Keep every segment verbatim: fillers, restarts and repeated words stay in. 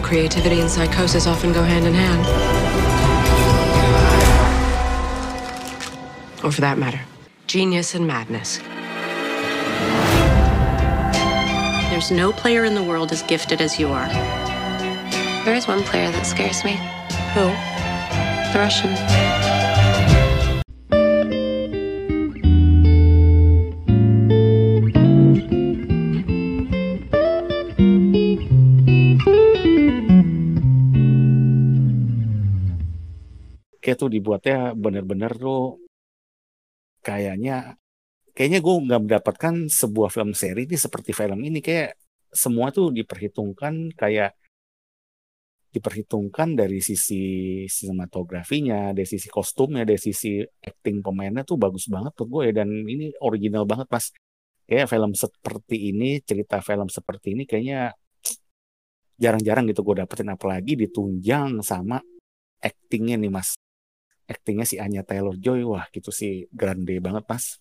creativity and psychosis often go hand in hand. Or for that matter, genius and madness. There's no player in the world as gifted as you are. There is one player that scares me. Who? The Russian. Kayak tuh dibuatnya bener-bener tuh kayaknya kayaknya gue nggak mendapatkan sebuah film seri ini seperti film ini. Kayak semua tuh diperhitungkan, kayak diperhitungkan dari sisi sinematografinya, dari sisi kostumnya, dari sisi acting pemainnya tuh bagus banget tuh gue ya. Dan ini original banget Mas. Kayak film seperti ini, cerita film seperti ini kayaknya jarang-jarang gitu gue dapetin, apalagi ditunjang sama actingnya nih Mas. Actingnya si Anya Taylor-Joy, wah gitu sih grande banget Mas.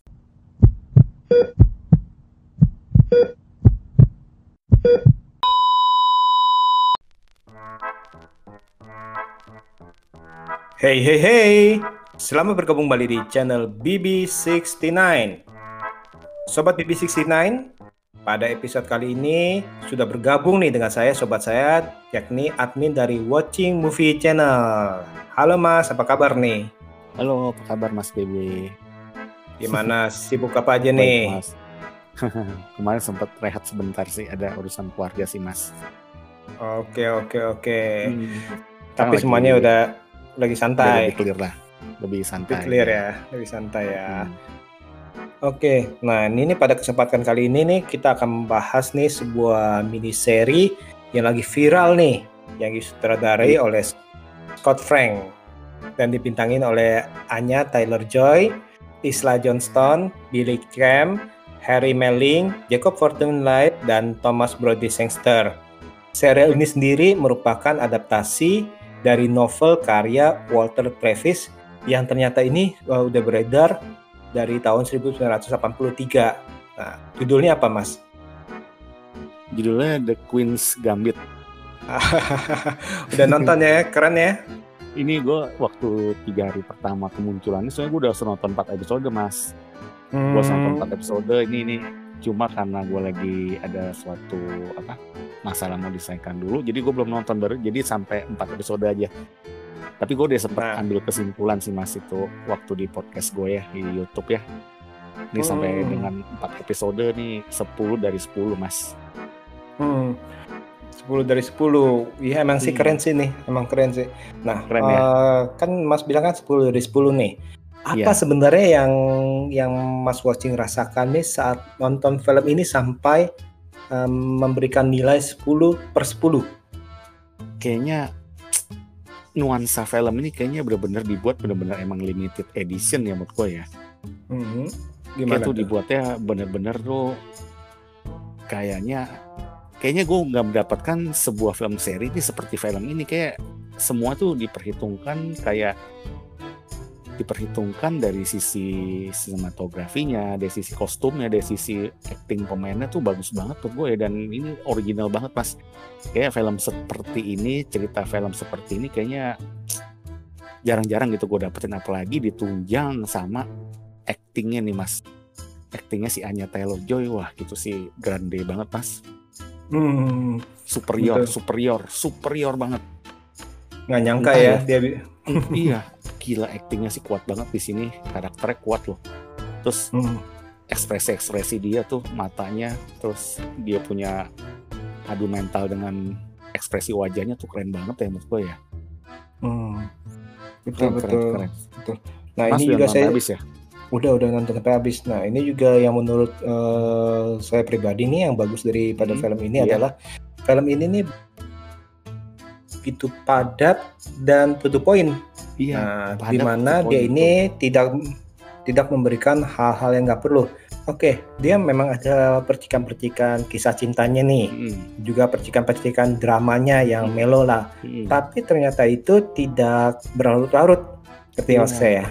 Hey hey hey, selamat bergabung kembali di channel B B enam puluh sembilan. Sobat B B enam puluh sembilan, pada episode kali ini sudah bergabung nih dengan saya, sobat saya, yakni admin dari Watching Movie Channel. Halo Mas, apa kabar nih? Halo, apa kabar Mas B B? Gimana, sibuk apa aja nih? Baik, Mas. Kemarin sempat rehat sebentar sih, ada urusan keluarga sih Mas. Oke oke oke. Hmm. Tapi lagi, semuanya udah lagi santai. Lebih clear lah, lebih santai. Lebih clear ya, lebih santai ya. Hmm. Oke, nah ini nih pada kesempatan kali ini nih kita akan membahas nih sebuah mini seri yang lagi viral nih, yang disutradarai oleh Scott Frank dan dibintangin oleh Anya Taylor-Joy, Isla Johnston, Billy Cramp, Harry Melling, Jacob Fortune-Light, dan Thomas Brody Sangster. Serial ini sendiri merupakan adaptasi dari novel karya Walter Travis yang ternyata ini uh, udah beredar dari tahun seribu sembilan ratus delapan puluh tiga. Nah, judulnya apa, Mas? Judulnya The Queen's Gambit. Udah nonton ya? Keren ya? Ini gue waktu tiga hari pertama kemunculannya, soalnya gue udah nonton empat episode Mas. Hmm. Gue nonton empat episode ini nih, cuma karena gue lagi ada suatu apa masalah mau diselesaikan dulu, jadi gue belum nonton baru, jadi sampai empat episode aja. Tapi gue udah sempat nah. ambil kesimpulan sih Mas itu waktu di podcast gue ya di YouTube ya. Ini hmm. sampai dengan empat episode nih sepuluh dari sepuluh Mas. Hmm. sepuluh dari sepuluh. Iya emang hmm. sih keren sih nih, emang keren sih. Nah, keren, uh, ya? Kan Mas bilang kan sepuluh dari sepuluh nih. Apa yeah. sebenarnya yang yang Mas Watching rasakan nih saat nonton film ini sampai um, memberikan nilai sepuluh per sepuluh? Kayaknya nuansa film ini kayaknya benar-benar dibuat benar-benar emang limited edition ya menurut gue ya. Mm-hmm. Gimana kayak tuh dibuatnya benar-benar tuh kayaknya kayaknya gue nggak mendapatkan sebuah film seri ini seperti film ini. Kayak semua tuh diperhitungkan, kayak diperhitungkan dari sisi sinematografinya, dari sisi kostumnya, dari sisi acting pemainnya tuh bagus banget tuh gue ya. Dan ini original banget Mas. Kayak film seperti ini, cerita film seperti ini kayaknya jarang-jarang gitu gue dapetin, apalagi ditunjang sama actingnya nih Mas. Actingnya si Anya Taylor-Joy, wah gitu sih grande banget Mas. Hmm, superior, betul. superior, superior banget. Nggak nyangka Entah ya, ya dia. Iya, gila actingnya sih kuat banget di sini, karakternya kuat loh. Terus hmm. ekspresi-ekspresi dia tuh, matanya, terus dia punya adu mental dengan ekspresi wajahnya tuh keren banget ya menurut gue ya. Hmm. Betul, keren, betul, keren, keren. betul. Nah Mas ini juga saya habis ya. Udah udah nonton sampai habis. Nah ini juga yang menurut uh, saya pribadi nih yang bagus daripada hmm, film ini iya. adalah film ini nih begitu padat dan to the point. Iya. Nah, di mana dia itu. ini tidak tidak memberikan hal-hal yang nggak perlu. Oke, dia memang ada percikan-percikan kisah cintanya nih, hmm. juga percikan-percikan dramanya yang hmm. melo lah. Hmm. Tapi ternyata itu tidak berlarut-larut, seperti yang saya.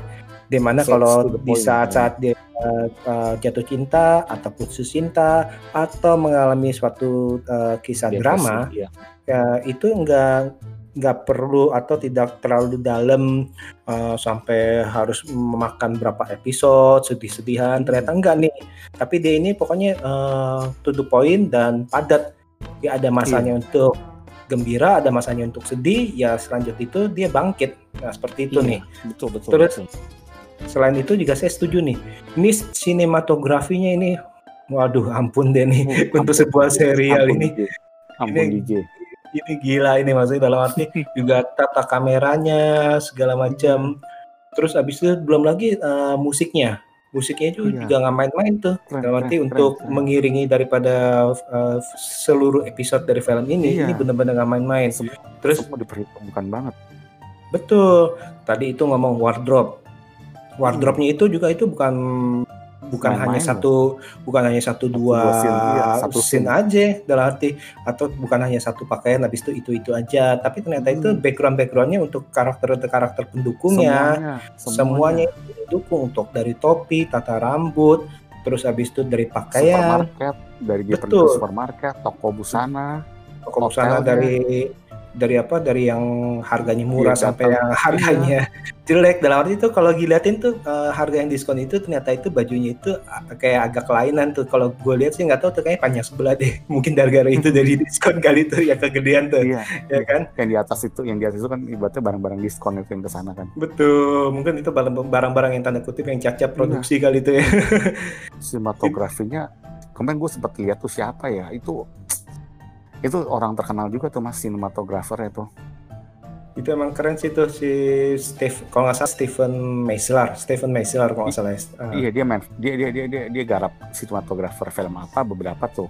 Dimana Straight kalau to the di point, saat-saat dia uh, uh, jatuh cinta atau putus cinta atau mengalami suatu uh, kisah depresi, drama, iya. ya itu nggak nggak perlu atau tidak terlalu dalam uh, sampai harus memakan berapa episode sedih-sedihan. Hmm. Ternyata enggak nih. Tapi dia ini pokoknya uh, to the point dan padat. Dia ada masanya Iya. untuk gembira, ada masanya untuk sedih. Ya selanjutnya itu dia bangkit. Nah seperti itu Iya, nih. betul betul. Terus betul. selain itu juga saya setuju nih. Ini sinematografinya ini, waduh ampun deh nih Oh, untuk ampun, sebuah serial ampun ini. D J. Ampun Ini D J. ini gila ini, maksudnya dalam arti juga tata kameranya segala macam. Terus abis itu belum lagi uh, musiknya. Musiknya itu Iya. juga nggak main-main tuh. Keren, Dalam arti keren, untuk keren, keren. mengiringi daripada uh, seluruh episode dari film ini, Iya. ini benar-benar nggak main-main. Semua, Terus semua diperhitungkan banget. betul. Tadi itu ngomong wardrobe. Wardrobe-nya itu juga itu bukan bukan hanya Main-main satu bukan hanya satu dua dua scene, iya, satu scene scene. aja dalam arti, atau bukan hanya satu pakaian habis itu itu itu aja, tapi ternyata itu Hmm. background backgroundnya untuk karakter karakter pendukungnya Semuanya, semuanya itu didukung, untuk dari topi, tata rambut, terus habis itu dari pakaian, Supermarket, dari dia pergi betul. ke supermarket, toko busana, toko busana hotelnya. dari dari apa dari yang harganya murah Dia sampai datang, yang harganya jelek. Dalam arti itu kalau dilihatin tuh uh, harga yang diskon itu ternyata itu bajunya itu uh, kayak agak kelainan tuh. Kalau gue lihat sih nggak tahu tuh kayaknya panjang sebelah deh. Mungkin gara-gara itu dari diskon kali tuh yang kegedean tuh, Iya, ya kan? yang di atas itu, yang di atas itu kan ibaratnya barang-barang diskon itu yang kesana kan. Betul, mungkin itu barang- barang-barang yang tanda kutip yang cacat produksi kali itu ya. Sinematografinya, kemarin gue sempat lihat tuh siapa ya, itu itu orang terkenal juga tuh mas, sinematografer itu. Itu emang keren sih tuh si Steve, kalau nggak salah Stephen Meisler, Stephen Meisler kalau nggak salah. Uh, Iya dia main, dia dia dia dia, dia garap sinematografer film apa beberapa tuh.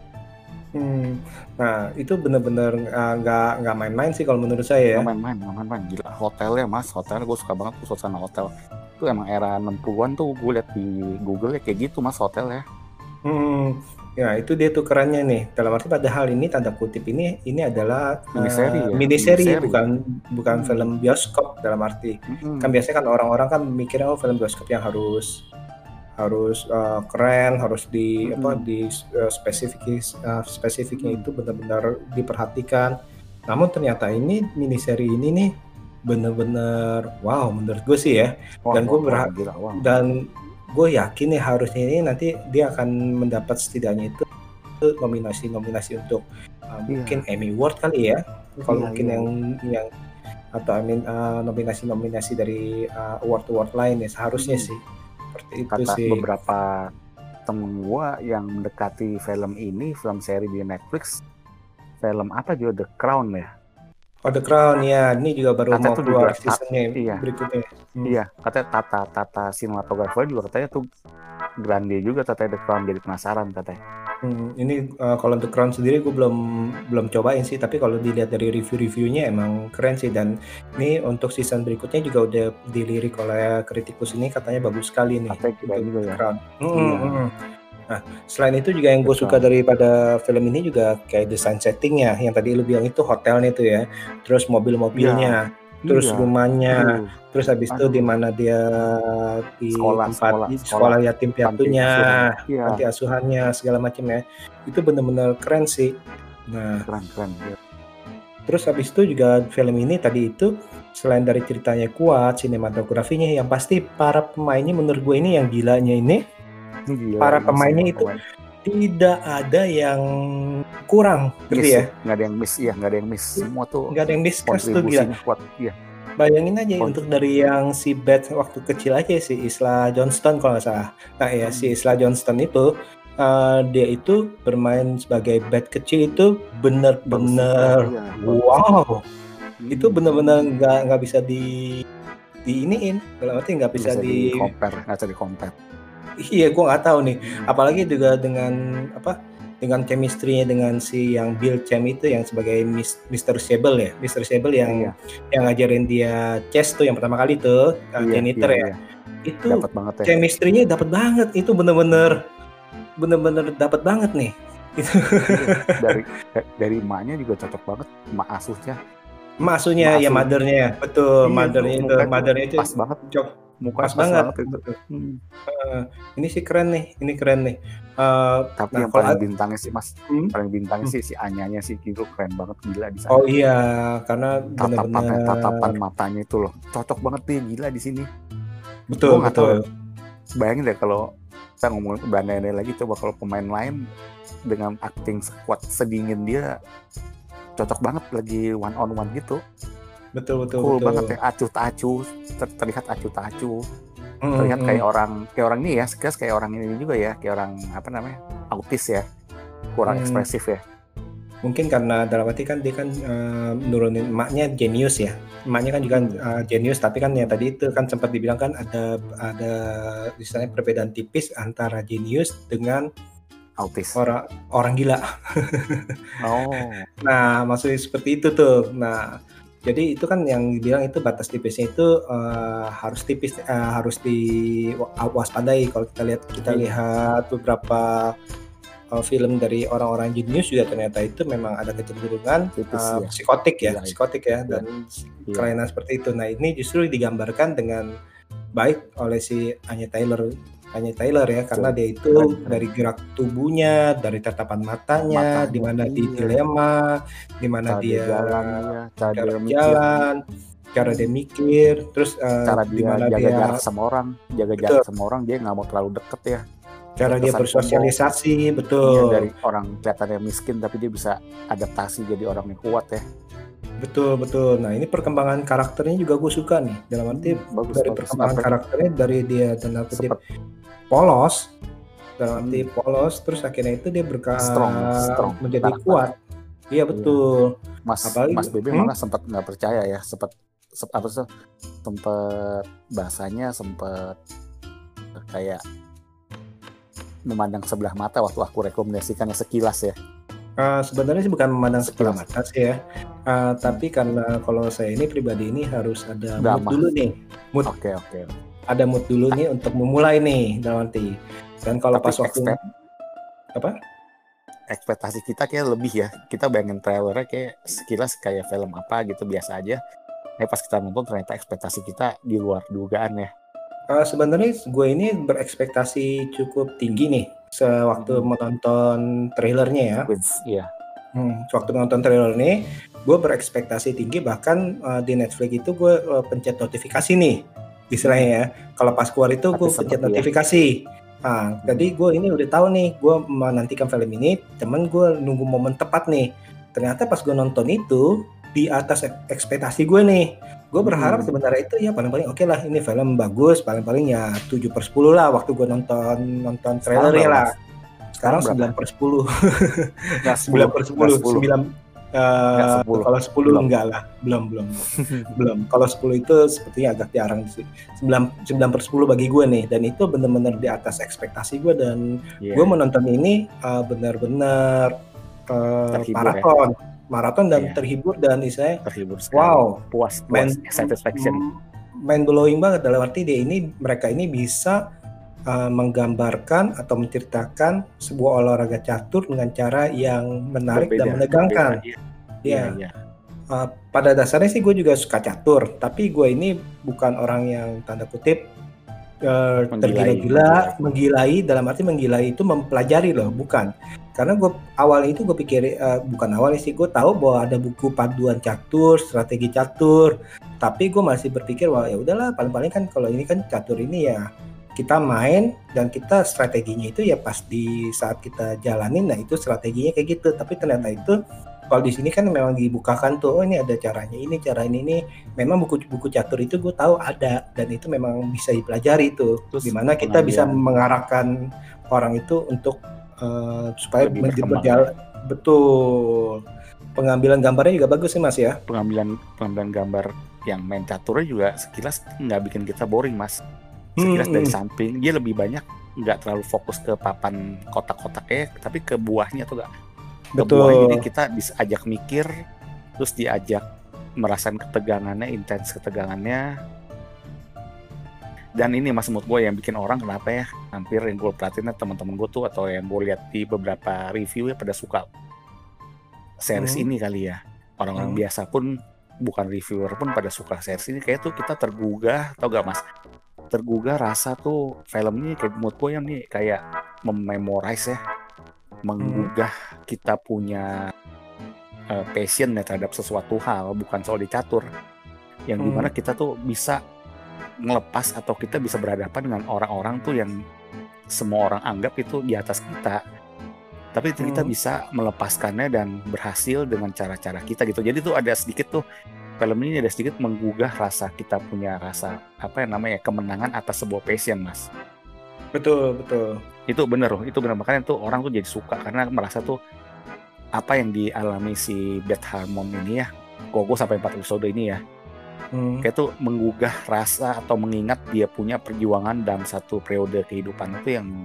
hmm. Nah itu bener-bener uh, nggak nggak main-main sih kalau menurut saya ya. Nggak main-main, nggak main-main. Gila hotelnya mas, hotelnya gue suka banget tuh suasana hotel. Itu emang era enam puluhan tuh gue liat di Google ya kayak gitu mas hotelnya. Hmm, ya itu dia tuh kerennya nih. Dalam arti padahal ini tanda kutip ini ini adalah Miniseri uh, ya, miniseri, miniseri. bukan bukan Hmm. film bioskop dalam arti. Mm-mm. Kan biasanya kan orang-orang kan mikirnya oh film bioskop yang harus harus uh, keren, harus di Mm-mm. apa di uh, spesifik uh, spesifiknya Mm. itu benar-benar diperhatikan. Namun ternyata ini miniseri ini nih bener-bener wow menurut gue sih ya. Wah, Dan wah, gue wah, berharap gila, wah. dan gue yakin nih harusnya ini nanti dia akan mendapat setidaknya itu nominasi-nominasi untuk uh, Iya. mungkin Emmy Award kali ya. Kalau Iya, mungkin iya. yang yang atau I mean, uh, nominasi-nominasi dari uh, award-award lain ya seharusnya Hmm. sih. Seperti itu Kata sih. beberapa temen gua yang mendekati film ini, film seri di Netflix, film apa juga The Crown ya. Oh The Crown ya, ini juga baru Katanya mau tuh keluar juga- seasonnya iya. berikutnya. Hmm. Iya, katanya tata tata sinematografer juga katanya tuh grande juga katanya The Crown, jadi penasaran katanya. Hmm, ini uh, kalau The Crown sendiri gue belum belum cobain sih, tapi kalau dilihat dari review-reviewnya emang keren sih. Dan ini untuk season berikutnya juga udah dilirik oleh kritikus ini katanya bagus sekali nih Katanya keren untuk juga The ya. Crown. Hmm, Iya. hmm, hmm. Nah selain itu juga yang gue The suka Crown. daripada film ini juga kayak desain settingnya yang tadi lu bilang itu hotelnya itu ya, terus mobil-mobilnya, terus Iya. rumahnya, Aduh, terus habis itu Aduh. di mana dia di Sekolah, tempat sekolah, di sekolah. sekolah yatim piatunya, asuhan. Iya, panti asuhannya segala macam ya, itu bener-bener keren sih. Nah keren keren. Iya. terus habis itu juga film ini tadi itu selain dari ceritanya kuat, sinematografinya yang pasti para pemainnya menurut gue ini yang gilanya ini Ini gila, para ini pemainnya semua itu pemain. tidak ada yang kurang, Miss ngerti ya? nggak ada yang miss, iya nggak ada yang miss, semua tuh Nggak ada yang discuss tuh gila. kontribusinya kuat. Iya. Bayangin aja Oh. untuk dari yang si Beth waktu kecil aja si Isla Johnston kalau nggak salah. Nah ya si Isla Johnston itu uh, dia itu bermain sebagai Beth kecil itu bener-bener Bagus, iya. wow. Hmm. Itu bener-bener nggak nggak bisa di di iniin, dalam arti nggak bisa, bisa di, di compare, nggak bisa di compare. iya gue nggak tahu nih. Apalagi juga dengan apa dengan chemistry-nya dengan si yang Bill Chem itu yang sebagai Mis- mister Sable ya, mister Sable yang Iya. yang ngajarin dia chess tuh yang pertama kali tuh uh, Iya, janitor iya, ya. iya. Itu Dapat banget ya. chemistry-nya dapat banget, itu bener-bener bener-bener dapat banget nih. dari dari emaknya juga cocok banget, emak asuhnya. Masunya Mak ya asuh. mother-nya, betul, Iya, mother-nya itu itu, mukanya mother-nya itu pas banget. cocok. Muka Pas banget. itu. Hmm. Uh, ini sih keren nih, ini keren nih. Uh, Tapi nah, yang kalau paling ad- bintangnya sih Mas, Hmm? paling bintangnya Hmm. sih si Anyanya sih itu keren banget, gila di sana. Oh iya, karena Tatapannya, benar-benar tatapan matanya itu loh, cocok banget nih, gila di sini. betul Gua nggak tahu betul. ya, bayangin deh kalau kita ngomong berandai-andai lagi, coba kalau pemain lain dengan acting sekuat sedingin dia, cocok banget lagi one on one gitu. Betul betul Cool betul. banget ya, acuh tak acuh, ter- terlihat acuh tak acuh, Hmm, terlihat hmm. kayak orang kayak orang ini ya, sekilas kayak orang ini juga ya, kayak orang apa namanya, autis ya, kurang Hmm. ekspresif ya. Mungkin karena dalam arti kan dia kan uh, nurunin emaknya jenius ya. Emaknya kan juga Hmm. uh, jenius, tapi kan yang tadi itu kan sempat dibilang kan ada ada misalnya perbedaan tipis antara jenius dengan Autis. orang orang gila. Oh, Nah, maksudnya seperti itu tuh. Nah, jadi itu kan yang dibilang itu batas tipisnya itu uh, harus tipis, uh, harus diwaspadai. Kalau kita lihat kita Iya. lihat beberapa uh, film dari orang-orang jenius juga ternyata itu memang ada kecenderungan Tipis, uh, ya. psikotik ya, Iya, iya. psikotik ya, Iya. dan Iya. kelainan seperti itu. Nah, ini justru digambarkan dengan baik oleh si Anya Taylor. Anya Taylor ya, karena dia itu Keren, keren. dari gerak tubuhnya, dari tatapan matanya, Matanya, di mana di iya. dilema, di mana Cara dia jalan dia, cara cara dia mikir, jalan, cara dia mikir, terus uh, cara di dia mana jaga dia jarak sama orang, jaga Betul. jarak sama orang, dia nggak mau terlalu deket ya. cara dia Kesan bersosialisasi, Dia betul. dari orang kelihatannya miskin tapi dia bisa adaptasi jadi orang yang kuat ya. Betul betul. Nah, ini perkembangan karakternya juga gue suka nih. Dalam arti Hmm, bagus, dari bagus. perkembangan Apa- karakternya dari dia tanda kutip Sempet polos, dalam arti Hmm. polos, terus akhirnya itu dia berka Strong, strong. menjadi Karakter. kuat. Iya betul. Mas Apalagi- Mas Bebe hmm? malah sempat nggak percaya ya, sempat sep- apa sih, sempat bahasanya sempat kayak memandang sebelah mata waktu aku rekomendasikannya sekilas ya. Uh, sebenarnya sih bukan memandang sebelah Sekilas. mata sih ya. Uh, tapi karena kalau saya ini pribadi ini harus ada mood Drama. dulu nih. Mood Oke oke. ada mood dulu nih untuk memulai nih dalam arti. Dan kalau Tapi pas waktu expect- apa? ekspektasi kita kayak lebih ya. Kita bayangin trailernya kayak sekilas kayak film apa gitu biasa aja. Eh pas kita nonton ternyata ekspektasi kita di luar dugaan ya. Uh, sebenarnya gue ini berekspektasi cukup tinggi nih sewaktu Hmm. menonton trailernya ya. Queens, iya. Hmm, waktu menonton trailer ini, gue berekspektasi tinggi, bahkan uh, di Netflix itu gue uh, pencet notifikasi nih, istilahnya ya. Kalau pas keluar itu Tapi gue sempet pencet ya. notifikasi. Nah, jadi gue ini udah tahu nih, gue menantikan film ini, temen gue nunggu momen tepat nih. Ternyata pas gue nonton itu di atas ek- ekspektasi gue nih. Gue berharap Hmm. sebenarnya itu ya paling-paling oke lah, ini film bagus, paling-paling ya tujuh per sepuluh lah waktu gue nonton nonton Sekarang trailernya berapa, lah. Mas? Sekarang Sekarang sembilan per sepuluh. Nggak sembilan per sepuluh, nggak sembilan eh, Nggak sepuluh. kalau sepuluh Belum. enggak lah, belum belum belum. Kalau sepuluh itu sepertinya agak jarang sih. sembilan sembilan per sepuluh bagi gue nih, dan itu benar-benar di atas ekspektasi gue, dan Iya. gue menonton ini uh, benar-benar uh, Terhibur maraton, maraton dan Iya. terhibur, dan istilahnya terhibur sekali. wow, Puas, main puas, satisfaction. main blowing banget, dalam arti dia ini mereka ini bisa uh, menggambarkan atau menceritakan sebuah olahraga catur dengan cara yang menarik Berbeda, dan menegangkan. berbeda, iya. Iya. Iya, iya. Uh, pada dasarnya sih gue juga suka catur, tapi gue ini bukan orang yang tanda kutip uh, Menggilai, tergila-gila, menggilai dalam arti menggilai itu mempelajari loh, bukan. Karena gue awalnya itu gue pikir uh, bukan awalnya sih, gue tahu bahwa ada buku panduan catur, strategi catur, tapi gue masih berpikir wah ya udahlah, paling-paling kan kalau ini kan catur ini ya kita main dan kita strateginya itu ya pas di saat kita jalanin, nah itu strateginya kayak gitu. Tapi ternyata itu kalau di sini kan memang dibukakan tuh, oh ini ada caranya, ini cara ini ini. Memang buku-buku catur itu gue tahu ada, dan itu memang bisa dipelajari tuh. Terus Dimana kita bisa pengambilan- mengarahkan orang itu untuk uh, supaya Lebih men- berkembang. berjalan betul. Pengambilan gambarnya juga bagus sih Mas ya. pengambilan pengambilan gambar yang main caturnya juga sekilas nggak bikin kita boring, Mas. Sekilas Hmm, dari hmm. samping dia lebih banyak nggak terlalu fokus ke papan kotak-kotaknya, tapi ke buahnya tuh nggak. Ke Betul. buahnya, jadi kita bisa ajak mikir, terus diajak merasakan ketegangannya, intens ketegangannya. Dan ini Mas, menurut gue yang bikin orang kenapa ya, hampir yang gue perhatiin teman-teman gue tuh atau yang gue lihat di beberapa review ya pada suka series Hmm. ini kali ya. Orang-orang Hmm. biasa pun, bukan reviewer pun pada suka series ini. Kayak tuh kita tergugah, tau gak Mas? tergugah rasa tuh film ini kayak menurut gue yang nih kayak mememorize ya, menggugah kita punya uh, passion ya terhadap sesuatu hal, bukan soal dicatur, yang Hmm. dimana kita tuh bisa ngelepas atau kita bisa berhadapan dengan orang-orang tuh yang semua orang anggap itu di atas kita, tapi itu kita Hmm. bisa melepaskannya dan berhasil dengan cara-cara kita gitu. Jadi tuh ada sedikit tuh film ini ada sedikit menggugah rasa kita punya rasa apa yang namanya kemenangan atas sebuah passion, Mas. Betul, betul. Itu bener loh, itu bener, makanya tuh orang tuh jadi suka karena merasa tuh apa yang dialami si Beth Harmon ini ya, kok gue sampai empat episode ini ya, Hmm. kayak tuh menggugah rasa atau mengingat dia punya perjuangan dalam satu periode kehidupan itu yang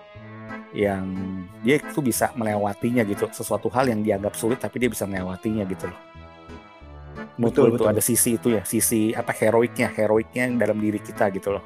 yang dia tuh bisa melewatinya gitu, sesuatu hal yang dianggap sulit tapi dia bisa melewatinya gitu loh. Betul, Betul, itu betul. ada sisi itu ya, sisi apa heroiknya, heroiknya yang dalam diri kita gitu loh.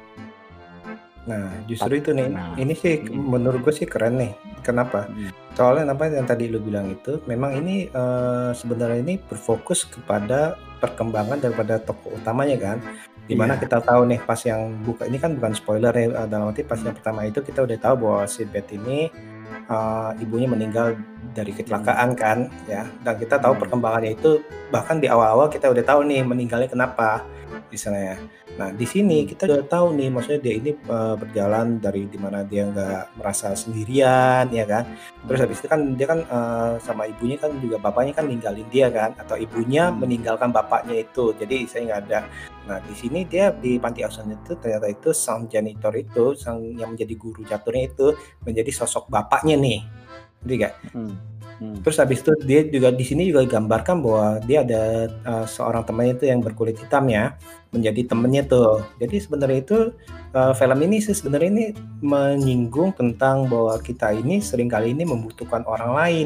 Nah, justru itu nih, Nah, ini sih mm, menurut gue sih keren nih. Kenapa? mm, Soalnya apa yang tadi lu bilang itu, memang ini eh, sebenarnya ini berfokus kepada perkembangan daripada tokoh utamanya kan. Dimana iya, kita tahu nih pas yang buka ini kan bukan spoiler ya, eh, dalam arti pas yang pertama itu kita udah tahu bahwa si Beth ini eh, ibunya meninggal dari kecelakaan kan, ya. Dan kita tahu mm, perkembangannya itu bahkan di awal-awal kita udah tahu nih meninggalnya kenapa, misalnya. Nah, di sini mm, kita udah tahu nih, maksudnya dia ini eh, berjalan dari dimana dia nggak merasa sendirian, ya kan. Terus mm, habis itu kan dia kan eh, sama ibunya kan juga bapaknya kan ninggalin dia kan, atau ibunya mm, meninggalkan bapaknya itu. Jadi saya nggak ada. Nah, di sini dia di panti asuhan itu ternyata itu sang janitor itu, sang yang menjadi guru caturnya itu menjadi sosok bapaknya nih. Ngerti nggak? mm, mm, Terus habis itu dia juga di sini juga gambarkan bahwa dia ada uh, seorang temannya itu yang berkulit hitam ya, menjadi mm, temennya tuh. Jadi sebenarnya itu uh, film ini sih sebenarnya ini menyinggung tentang bahwa kita ini seringkali ini membutuhkan orang lain,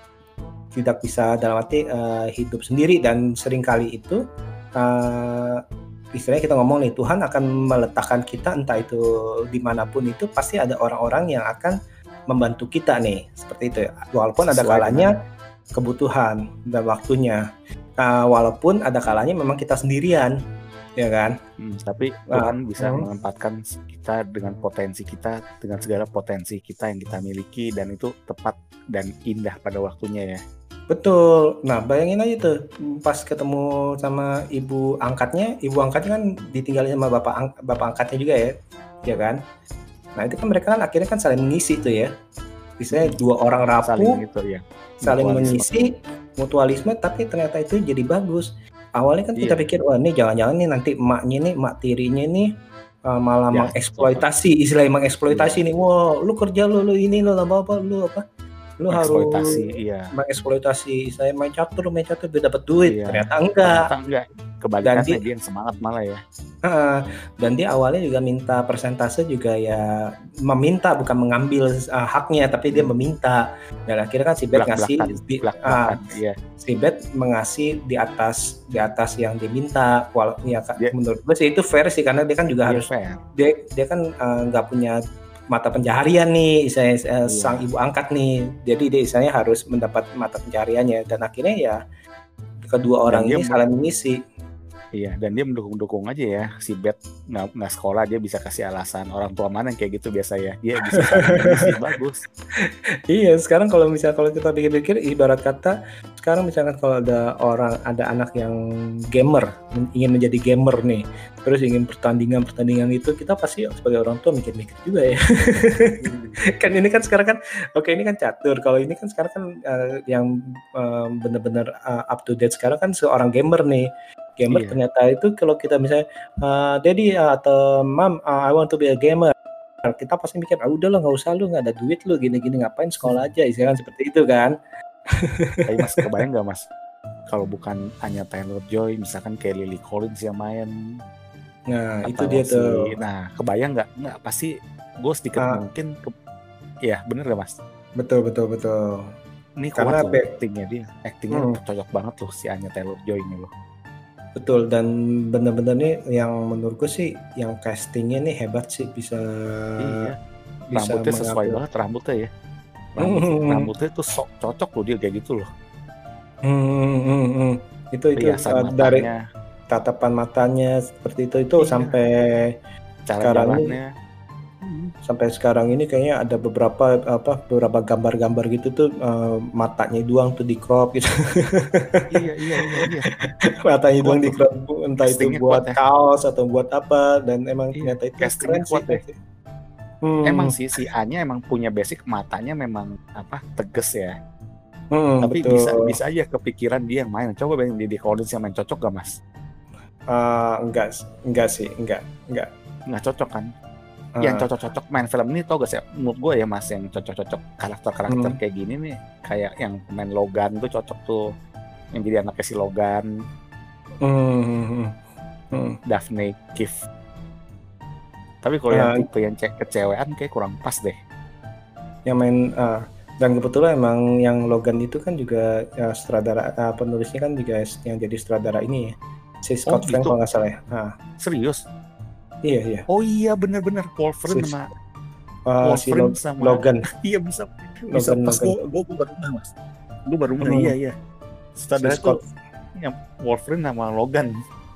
tidak bisa dalam arti uh, hidup sendiri, dan seringkali itu uh, istilahnya kita ngomong nih, Tuhan akan meletakkan kita entah itu dimanapun itu pasti ada orang-orang yang akan membantu kita nih, seperti itu ya. Walaupun ada sesuai kalanya dengan kebutuhan dan waktunya. Uh, walaupun ada kalanya memang kita sendirian, ya kan? mm, tapi Nah, Tuhan bisa hmm, menempatkan kita dengan potensi kita, dengan segala potensi kita yang kita miliki, dan itu tepat dan indah pada waktunya ya. betul. Nah, bayangin aja tuh pas ketemu sama ibu angkatnya, ibu angkatnya kan ditinggalin sama bapak ang- bapak angkatnya juga ya, ya kan? Nah, itu kan mereka kan akhirnya kan saling mengisi tuh ya. Misalnya Mm, dua orang saling rapuh gitu ya, saling mutualisme. mengisi, mutualisme, tapi ternyata itu jadi bagus. Awalnya kan kita Iya, pikir, wah ini jangan-jangan nih nanti emaknya nih, emak tirinya nih uh, malah jahat atau apa? mengeksploitasi, istilahnya mengeksploitasi Iya, nih. Wah, lu kerja lu, lu ini lu apa apa, lu apa? Lu harus eksploitasi, iya, mengeksploitasi, saya main catur, main catur biar dapat duit. iya. Ternyata enggak. Ternyata enggak, Dan kebalikannya dia dia yang semangat malah ya. Heeh, dan dia awalnya juga minta persentase juga ya, meminta bukan mengambil uh, haknya, tapi dia Hmm, meminta. Dan akhirnya kan si Beth ngasih belak-belakan, di, belak-belakan, ah, iya. si Beth mengasih di atas di atas yang diminta. Walau ya Kak, Dia, menurut gue sih itu fair sih, karena dia kan juga iya harus fair, dia dia kan eh, nggak punya mata pencaharian nih, istilahnya eh, sang iya, ibu angkat nih. Jadi dia istilahnya harus mendapat mata pencahariannya, dan akhirnya ya kedua dan orang dia ini men- saling mengisi. iya, dan dia mendukung-dukung aja ya. Si Beth nggak nggak sekolah, dia bisa kasih alasan. Orang tua mana yang kayak gitu biasa ya, dia bisa saling mengisi, bagus. Iya, sekarang kalau misalnya kalau kita pikir-pikir, ibarat kata sekarang misalkan kalau ada orang, ada anak yang gamer, men- ingin menjadi gamer nih, terus ingin pertandingan-pertandingan itu, kita pasti sebagai orang tua mikir-mikir juga ya. Hmm, Kan ini kan sekarang kan, oke ini kan catur, kalau ini kan sekarang kan eh, yang eh, benar-benar eh, up to date sekarang kan seorang gamer nih. Gamer iya, ternyata itu kalau kita misalnya, eh, Daddy eh, atau Mom, eh, I want to be a gamer. Kita pasti mikir, ah udah lah nggak usah, lu nggak ada duit lu gini-gini, ngapain sekolah aja, istilahnya seperti itu kan. tapi Mas kebayang nggak Mas, kalau bukan Anya Taylor-Joy, misalkan kayak Lily Collins yang main, Nah itu atau dia si, tuh. nah kebayang nggak? Nggak, pasti gue sedikit Ah, mungkin, ke, ya bener gak Mas? betul betul betul. Ini Karena kuat loh be- aktingnya dia, aktingnya hmm, cocok banget loh si Anya Taylor-Joy ini loh. betul, dan bener-bener nih yang menurutku sih yang castingnya nih hebat sih, bisa Iya, bisa rambutnya sesuai mengambil. banget rambutnya ya. Rambut Hmm, rambutnya tuh sok cocok loh dia kayak gitu loh. hmm, hmm, hmm. Itu itu Riasan uh, dari matanya, tatapan matanya seperti itu itu iya, sampai Cara sekarang jalannya ini, sampai sekarang ini kayaknya ada beberapa apa beberapa gambar-gambar gitu tuh uh, matanya doang tuh di crop gitu. iya iya iya iya. Matanya doang di crop, entah itu buat ya. kaos atau buat apa, dan emang iya, ternyata itu keren sih. Ya. Hmm. Emang sih si A-nya emang punya basic matanya memang apa tegas ya. Hmm, Tapi betul. bisa bisa aja kepikiran dia yang main. Coba bayangin Lily Collins yang main, cocok gak mas? Uh, enggak enggak sih enggak enggak enggak cocok kan? Uh. Yang cocok-cocok main film ini tau gak sih? Menurut gue ya mas, yang cocok-cocok karakter-karakter hmm. kayak gini nih, kayak yang main Logan tuh cocok tuh, yang jadi anaknya si Logan, hmm. Hmm. Daphne Keith. Tapi kalau uh, yang tipe yang cek kecewean kayak kurang pas deh. Yang main uh, dan kebetulan emang yang Logan itu kan juga ya, sutradara uh, penulisnya kan juga yang jadi sutradara ini ya, si Scott oh, Frank gitu? Kalau nggak salah ya. Nah. Serius? Iya iya. Oh iya benar-benar Wolverine si, sama uh, Wolverine si sama Logan. Iya bisa bisa Logan, pas gue gue baru nggak mas. Gue baru nggak hmm. iya iya. Sutradara si Scott yang Wolverine sama Logan.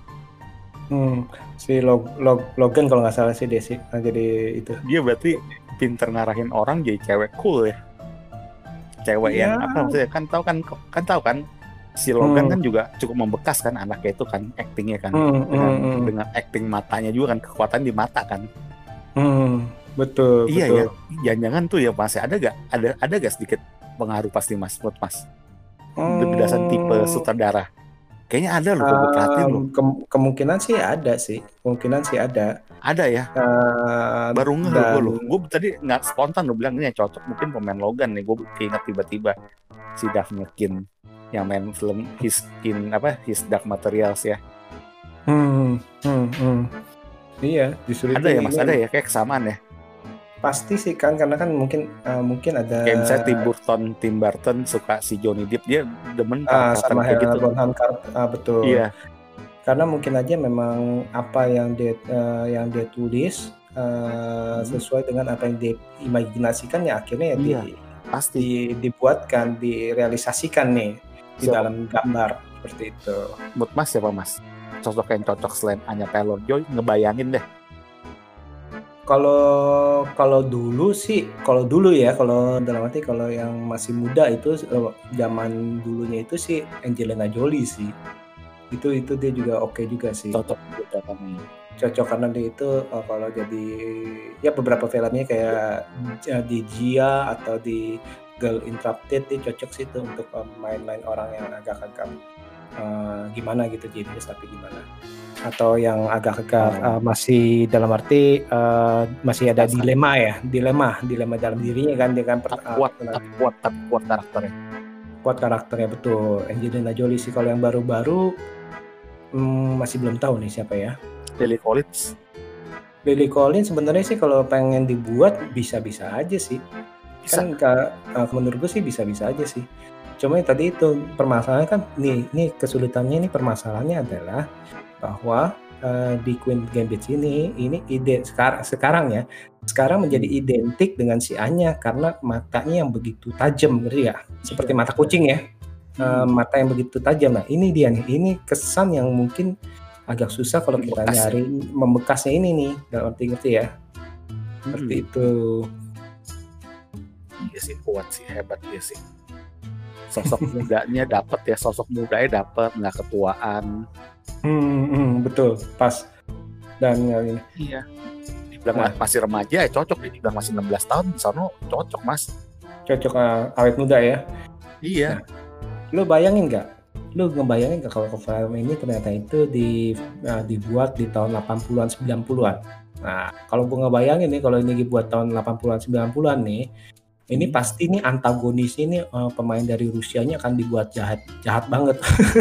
Hmm, si Log, Log, Logan kalau nggak salah sih dia sih, nah, jadi itu. Dia berarti pinter ngarahin orang jadi cewek cool ya. Cewek ya. Yang apa maksudnya kan tahu kan kan tahu kan si Logan hmm. kan juga cukup membekas kan anaknya itu kan actingnya kan hmm, dengan, hmm, dengan acting matanya juga kan, kekuatan di mata kan. Hmm, betul. Iya betul. Ya. Jangan-jangan tuh ya masih ada gak ada ada gak sedikit pengaruh pasti mas buat mas. Hmm. Berdasarkan tipe sutradara. Kayaknya ada loh, gue perhatiin loh. Ke- kemungkinan sih ada sih, kemungkinan sih ada. Ada ya. Uh, Baru ngeh dan... loh. Gue tadi nggak spontan lo bilang ini yang cocok mungkin pemain Logan nih. Gue keinget tiba-tiba si Daphne Keith yang main film His in apa His Dark Materials ya. Hmm, hmm, hmm. Iya, justru ada ya mas, ada ya kayak kesamaan ya. Pasti sih kan, karena kan mungkin uh, mungkin ada kayak misalnya Tim Burton, Tim Burton suka si Johnny Depp, dia demen uh, sama kayak gitu. Bonham Carter, uh, betul. Iya. Karena mungkin aja memang apa yang dia uh, yang dia tulis uh, hmm. sesuai dengan apa yang dia imajinasikan ya, akhirnya ya iya, di, pasti di, dibuatkan, direalisasikan nih di so, dalam gambar seperti itu. Menurut mas siapa mas? Sosok yang cocok selain Anya Taylor-Joy, ngebayangin deh. Kalau kalau dulu sih, kalau dulu ya, kalau dalam arti kalau yang masih muda itu zaman dulunya itu sih Angelina Jolie sih. Itu itu dia juga oke okay juga sih. Cocok juga kan. Cocok karena dia itu uh, kalau jadi ya beberapa filmnya kayak uh, di Gia atau di Girl Interrupted dia cocok sih itu untuk uh, main-main orang yang agak-agak uh, gimana gitu jenis tapi gimana. Atau yang agak-agak uh, masih dalam arti uh, masih ada Masa. dilema ya, dilema, dilema dalam dirinya kan, dia kan per, kuat, uh, kuat, kuat, kuat karakternya, kuat karakternya betul. Angelina Jolie sih kalau yang baru-baru hmm, masih belum tahu nih siapa ya. Lily Collins. Lily Collins sebenarnya sih kalau pengen dibuat bisa-bisa aja sih. Bisa. Kan uh, menurut gue sih bisa-bisa aja sih. Cuma yang tadi itu permasalahannya kan, nih, nih kesulitannya ini permasalahannya adalah bahwa uh, di Queen Gambit ini ini ide sekarang sekarang ya sekarang menjadi identik dengan si Anya karena matanya yang begitu tajam, ngerti ya, seperti mata kucing ya, uh, mata yang begitu tajam. Nah ini dia nih, ini kesan yang mungkin agak susah kalau kita membekas. Nyari membekasnya ini nih, dalam arti ngerti ya, seperti hmm. itu. Iya sih, kuat sih, hebat dia sih. Sosok mudanya dapat ya, sosok mudanya dapat, nggak ketuaan. Hmm, hmm, betul, pas. Dan yang ini. Iya. Dibilang nah. masih remaja ya cocok, dibilang masih enam belas tahun, sono cocok mas. Cocok uh, awet muda ya. Iya. Nah, lu bayangin nggak? Lu ngebayangin nggak kalau film ini ternyata itu di uh, dibuat di tahun delapan puluhan sembilan puluhan. Nah, kalau gua ngebayangin nih kalau ini dibuat tahun delapan puluhan sembilan puluhan nih, ini pasti nih antagonisnya ini uh, pemain dari Rusianya akan dibuat jahat jahat banget.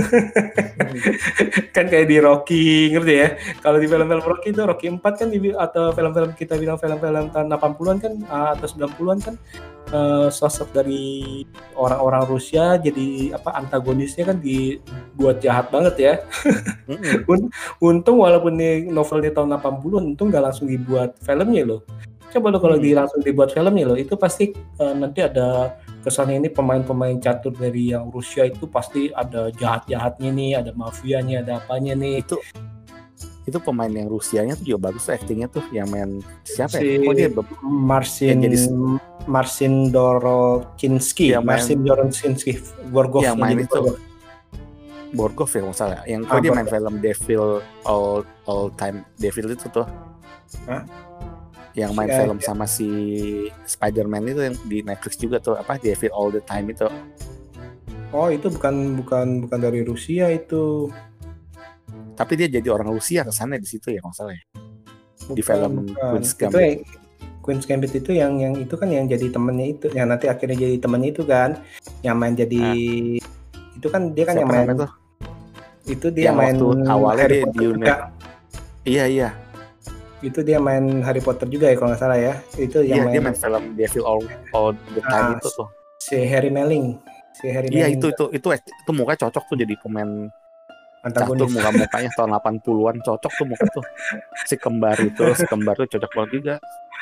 Kan kayak di Rocky, ngerti ya? Kalau di film-film Rocky itu Rocky empat kan di, atau film-film kita bilang film-film tahun delapan puluhan kan uh, atau sembilan puluhan kan uh, sosok dari orang-orang Rusia jadi apa antagonisnya kan dibuat jahat banget ya. Untung walaupun ini novelnya tahun delapan puluhan, untung nggak langsung dibuat filmnya loh. Coba lo kalau hmm. di langsung dibuat filmnya lo, itu pasti uh, nanti ada kesannya ini pemain-pemain catur dari yang Rusia itu pasti ada jahat-jahatnya nih, ada mafianya, ada apanya nih. Itu itu pemain yang Rusianya tuh juga bagus tuh aktingnya tuh, yang main siapa Si ya? Kok dia be- Marcin yang jadi Marcin Dorokinski, Yang main- Marcin Dorokinski, Gorgov yang main jadi itu Gorgov. Borgov ya nggak salah. Yang kok Ah, dia main Borgov. film Devil all all time Devil itu tuh. Hah? Yang main Si- film sama si Spider-Man itu yang di Netflix juga tuh, apa Devil all the time itu. Oh, itu bukan bukan bukan dari Rusia itu. Tapi dia jadi orang Rusia kesana di situ ya nggak salah ya. Di Bukan, film bukan. Queen's Itu Gambit. yang- Queen's Gambit itu yang yang itu kan yang jadi temennya itu, yang nanti akhirnya jadi temennya itu kan, yang main jadi itu kan dia kan yang Siapa main namanya tuh? itu dia Yang main waktu awalnya Harry dia Potter di juga. Iya iya. Itu dia main Harry Potter juga ya kalau nggak salah ya. Itu Iya yang dia main main film Devil all all the time Ah, itu tuh. si Harry Melling. Si Harry Iya Melling itu itu itu itu mukanya cocok tuh jadi pemain catur, antagonis. muka-mukanya tahun delapan puluhan cocok tuh muka tuh. Si kembar itu, si kembar tuh cocok banget juga.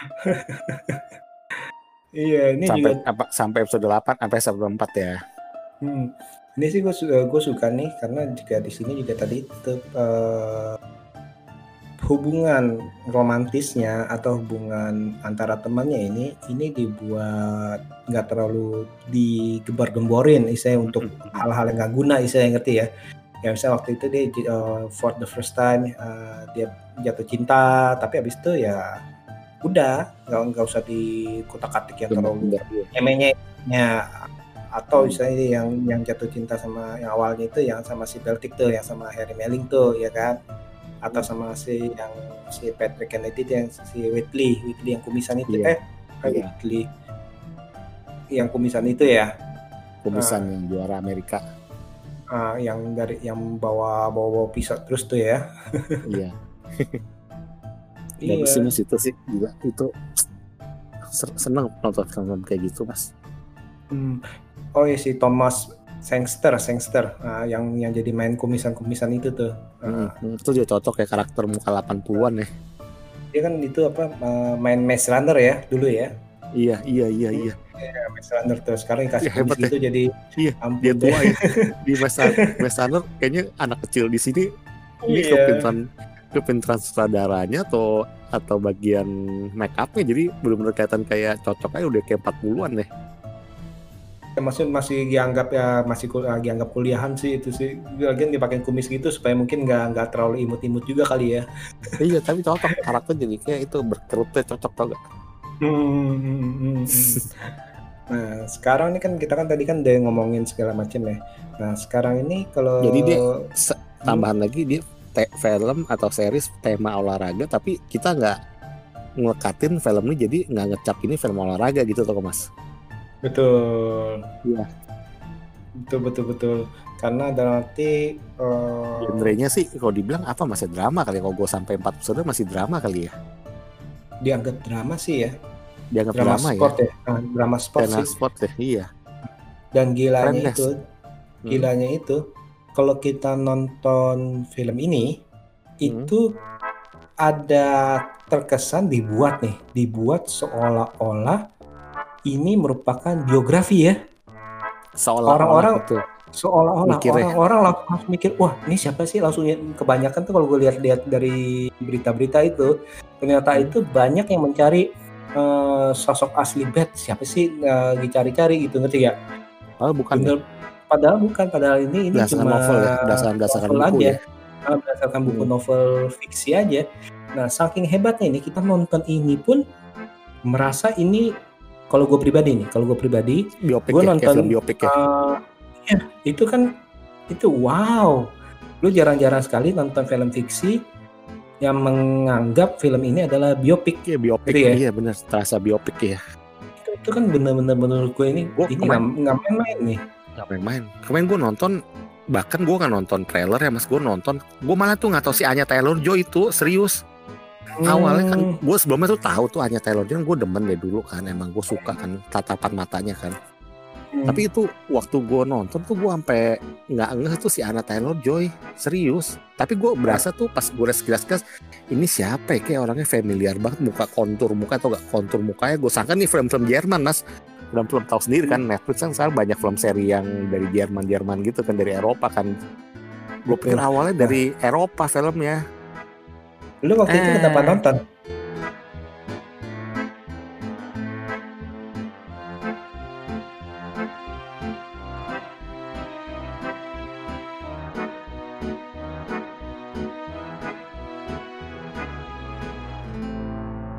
Iya, ini Sampai juga apa sampai episode delapan sampai episode empat ya. hmm, ini sih gue gue suka nih karena juga di sini juga tadi itu eh, hubungan romantisnya atau hubungan antara temannya ini ini dibuat nggak terlalu digembar-gemborin istilahnya untuk hal-hal yang nggak guna istilahnya, ngerti ya. Ya misalnya waktu itu dia uh, for the first time uh, dia jatuh cinta, tapi abis itu ya udah nggak nggak usah dikutak-atik yang terlalu emenya ya, atau misalnya yang yang jatuh cinta sama yang awalnya itu yang sama si Beltic tuh, yang sama Harry Melling tuh ya kan, atau sama si yang si Patrick Kennedy tuh, yang si Whitley Whitley yang kumisan itu Iya. eh kayak Iya. Whitley yang kumisan itu ya. Kumisan yang juara Amerika. Ah, yang dari yang bawa bawa bawa pisau terus tuh ya. Iya. Iya. Bagus sih mas itu sih gila itu ser- seneng nonton film kayak gitu mas. Hmm. Oh iya si Thomas Sangster Sangster ah, yang yang jadi main kumisan-kumisan itu tuh. Hmm, Ah, hmm, itu juga cocok ya karakter muka delapan puluhan ya. dia kan itu apa ah, main Maze Runner ya dulu ya. Iya iya iya iya. Ya, Maze Runner tuh sekarang dikasih Ya, hebat kumis gitu jadi Iya, ampun dia deh. tua ya. Di Wes Runner kayaknya anak kecil di sini ini Iya. kepintaran kepintaran sutradaranya atau atau bagian make upnya, jadi benar-benar kelihatan kayak cocok aja udah kayak empat puluhan deh. Maksud masih dianggap ya masih kul- ah, dianggap kuliahan sih itu sih. Lagian dipakai kumis gitu supaya mungkin nggak nggak terlalu imut-imut juga kali ya. Iya tapi cocok karakter jadi kayak itu berkerutnya cocok tau gak? Hmm, hmm, hmm, hmm. Nah sekarang ini kan kita kan tadi kan udah ngomongin segala macam ya. Nah sekarang ini kalau Jadi dia se- tambahan lagi dia te- film atau series tema olahraga, tapi kita nggak ngekatin film ini jadi nggak ngecap ini film olahraga gitu tuh mas. betul, Iya. betul betul betul. Karena ada nanti eh, Genrenya sih kalau dibilang apa masih drama kali ya, kalau gue sampai empat episode masih drama kali ya. dianggap drama sih ya, Dianggap drama, drama, sport ya. ya, Nah, drama sport Karena sih. sport ya, iya. Dan gilanya Keren, itu, Hmm. gilanya itu, kalau kita nonton film ini, Hmm. itu ada terkesan dibuat nih, dibuat seolah-olah ini merupakan biografi ya, Seolah-olah Orang-orang- itu. seolah-olah Mikirnya. orang-orang langsung, langsung mikir, wah ini siapa sih? Langsung ya- kebanyakan tuh kalau gue lihat-lihat dari berita-berita itu, ternyata Hmm. itu banyak yang mencari eh, sosok asli Bat, siapa sih eh, dicari-cari gitu, ngerti gak? Oh bukan ya? Bener, padahal bukan, padahal ini ini Berdasarkan cuma novel ya, berdasarkan berdasarkan novel buku aja. ya. Ah, berdasarkan buku Hmm. novel fiksi aja. Nah, saking hebatnya ini kita nonton ini pun merasa ini, kalau gue pribadi nih, kalau gue pribadi, Biopik Gua ya, kayak nonton, film biopik ya. eh, ya itu kan itu wow, lu jarang-jarang sekali nonton film fiksi yang menganggap film ini adalah biopik. Iya biopik, gitu ya. iya benar, terasa biopik ya. Itu, itu kan bener-bener menurut gue ini Gua ini kemarin- nggak nggak main-main nih. Gak main-main. Kemarin gue nonton, bahkan gue nggak nonton trailer ya mas, gue nonton, gue malah tuh nggak tahu si Anya Taylor-Joy itu serius. Awalnya kan Hmm, gue sebelumnya tuh tahu tuh Anya Taylor-Joy, gue demen deh dulu kan, emang gue suka kan tatapan matanya kan. hmm. Tapi itu waktu gue nonton tuh gue sampai nggak ngeh tuh si Anya Taylor-Joy serius. Tapi gue berasa tuh pas gue sekilas-sekilas ini siapa ya, kayak orangnya familiar banget, muka kontur muka atau gak kontur mukanya. Gue sangka nih film-film Jerman mas, film-film tahu sendiri kan, Netflix kan sekarang banyak film seri yang dari Jerman-Jerman gitu kan, dari Eropa kan. Gue pikir Betul. awalnya dari Eropa filmnya. Lu waktu itu Eh. kenapa nonton?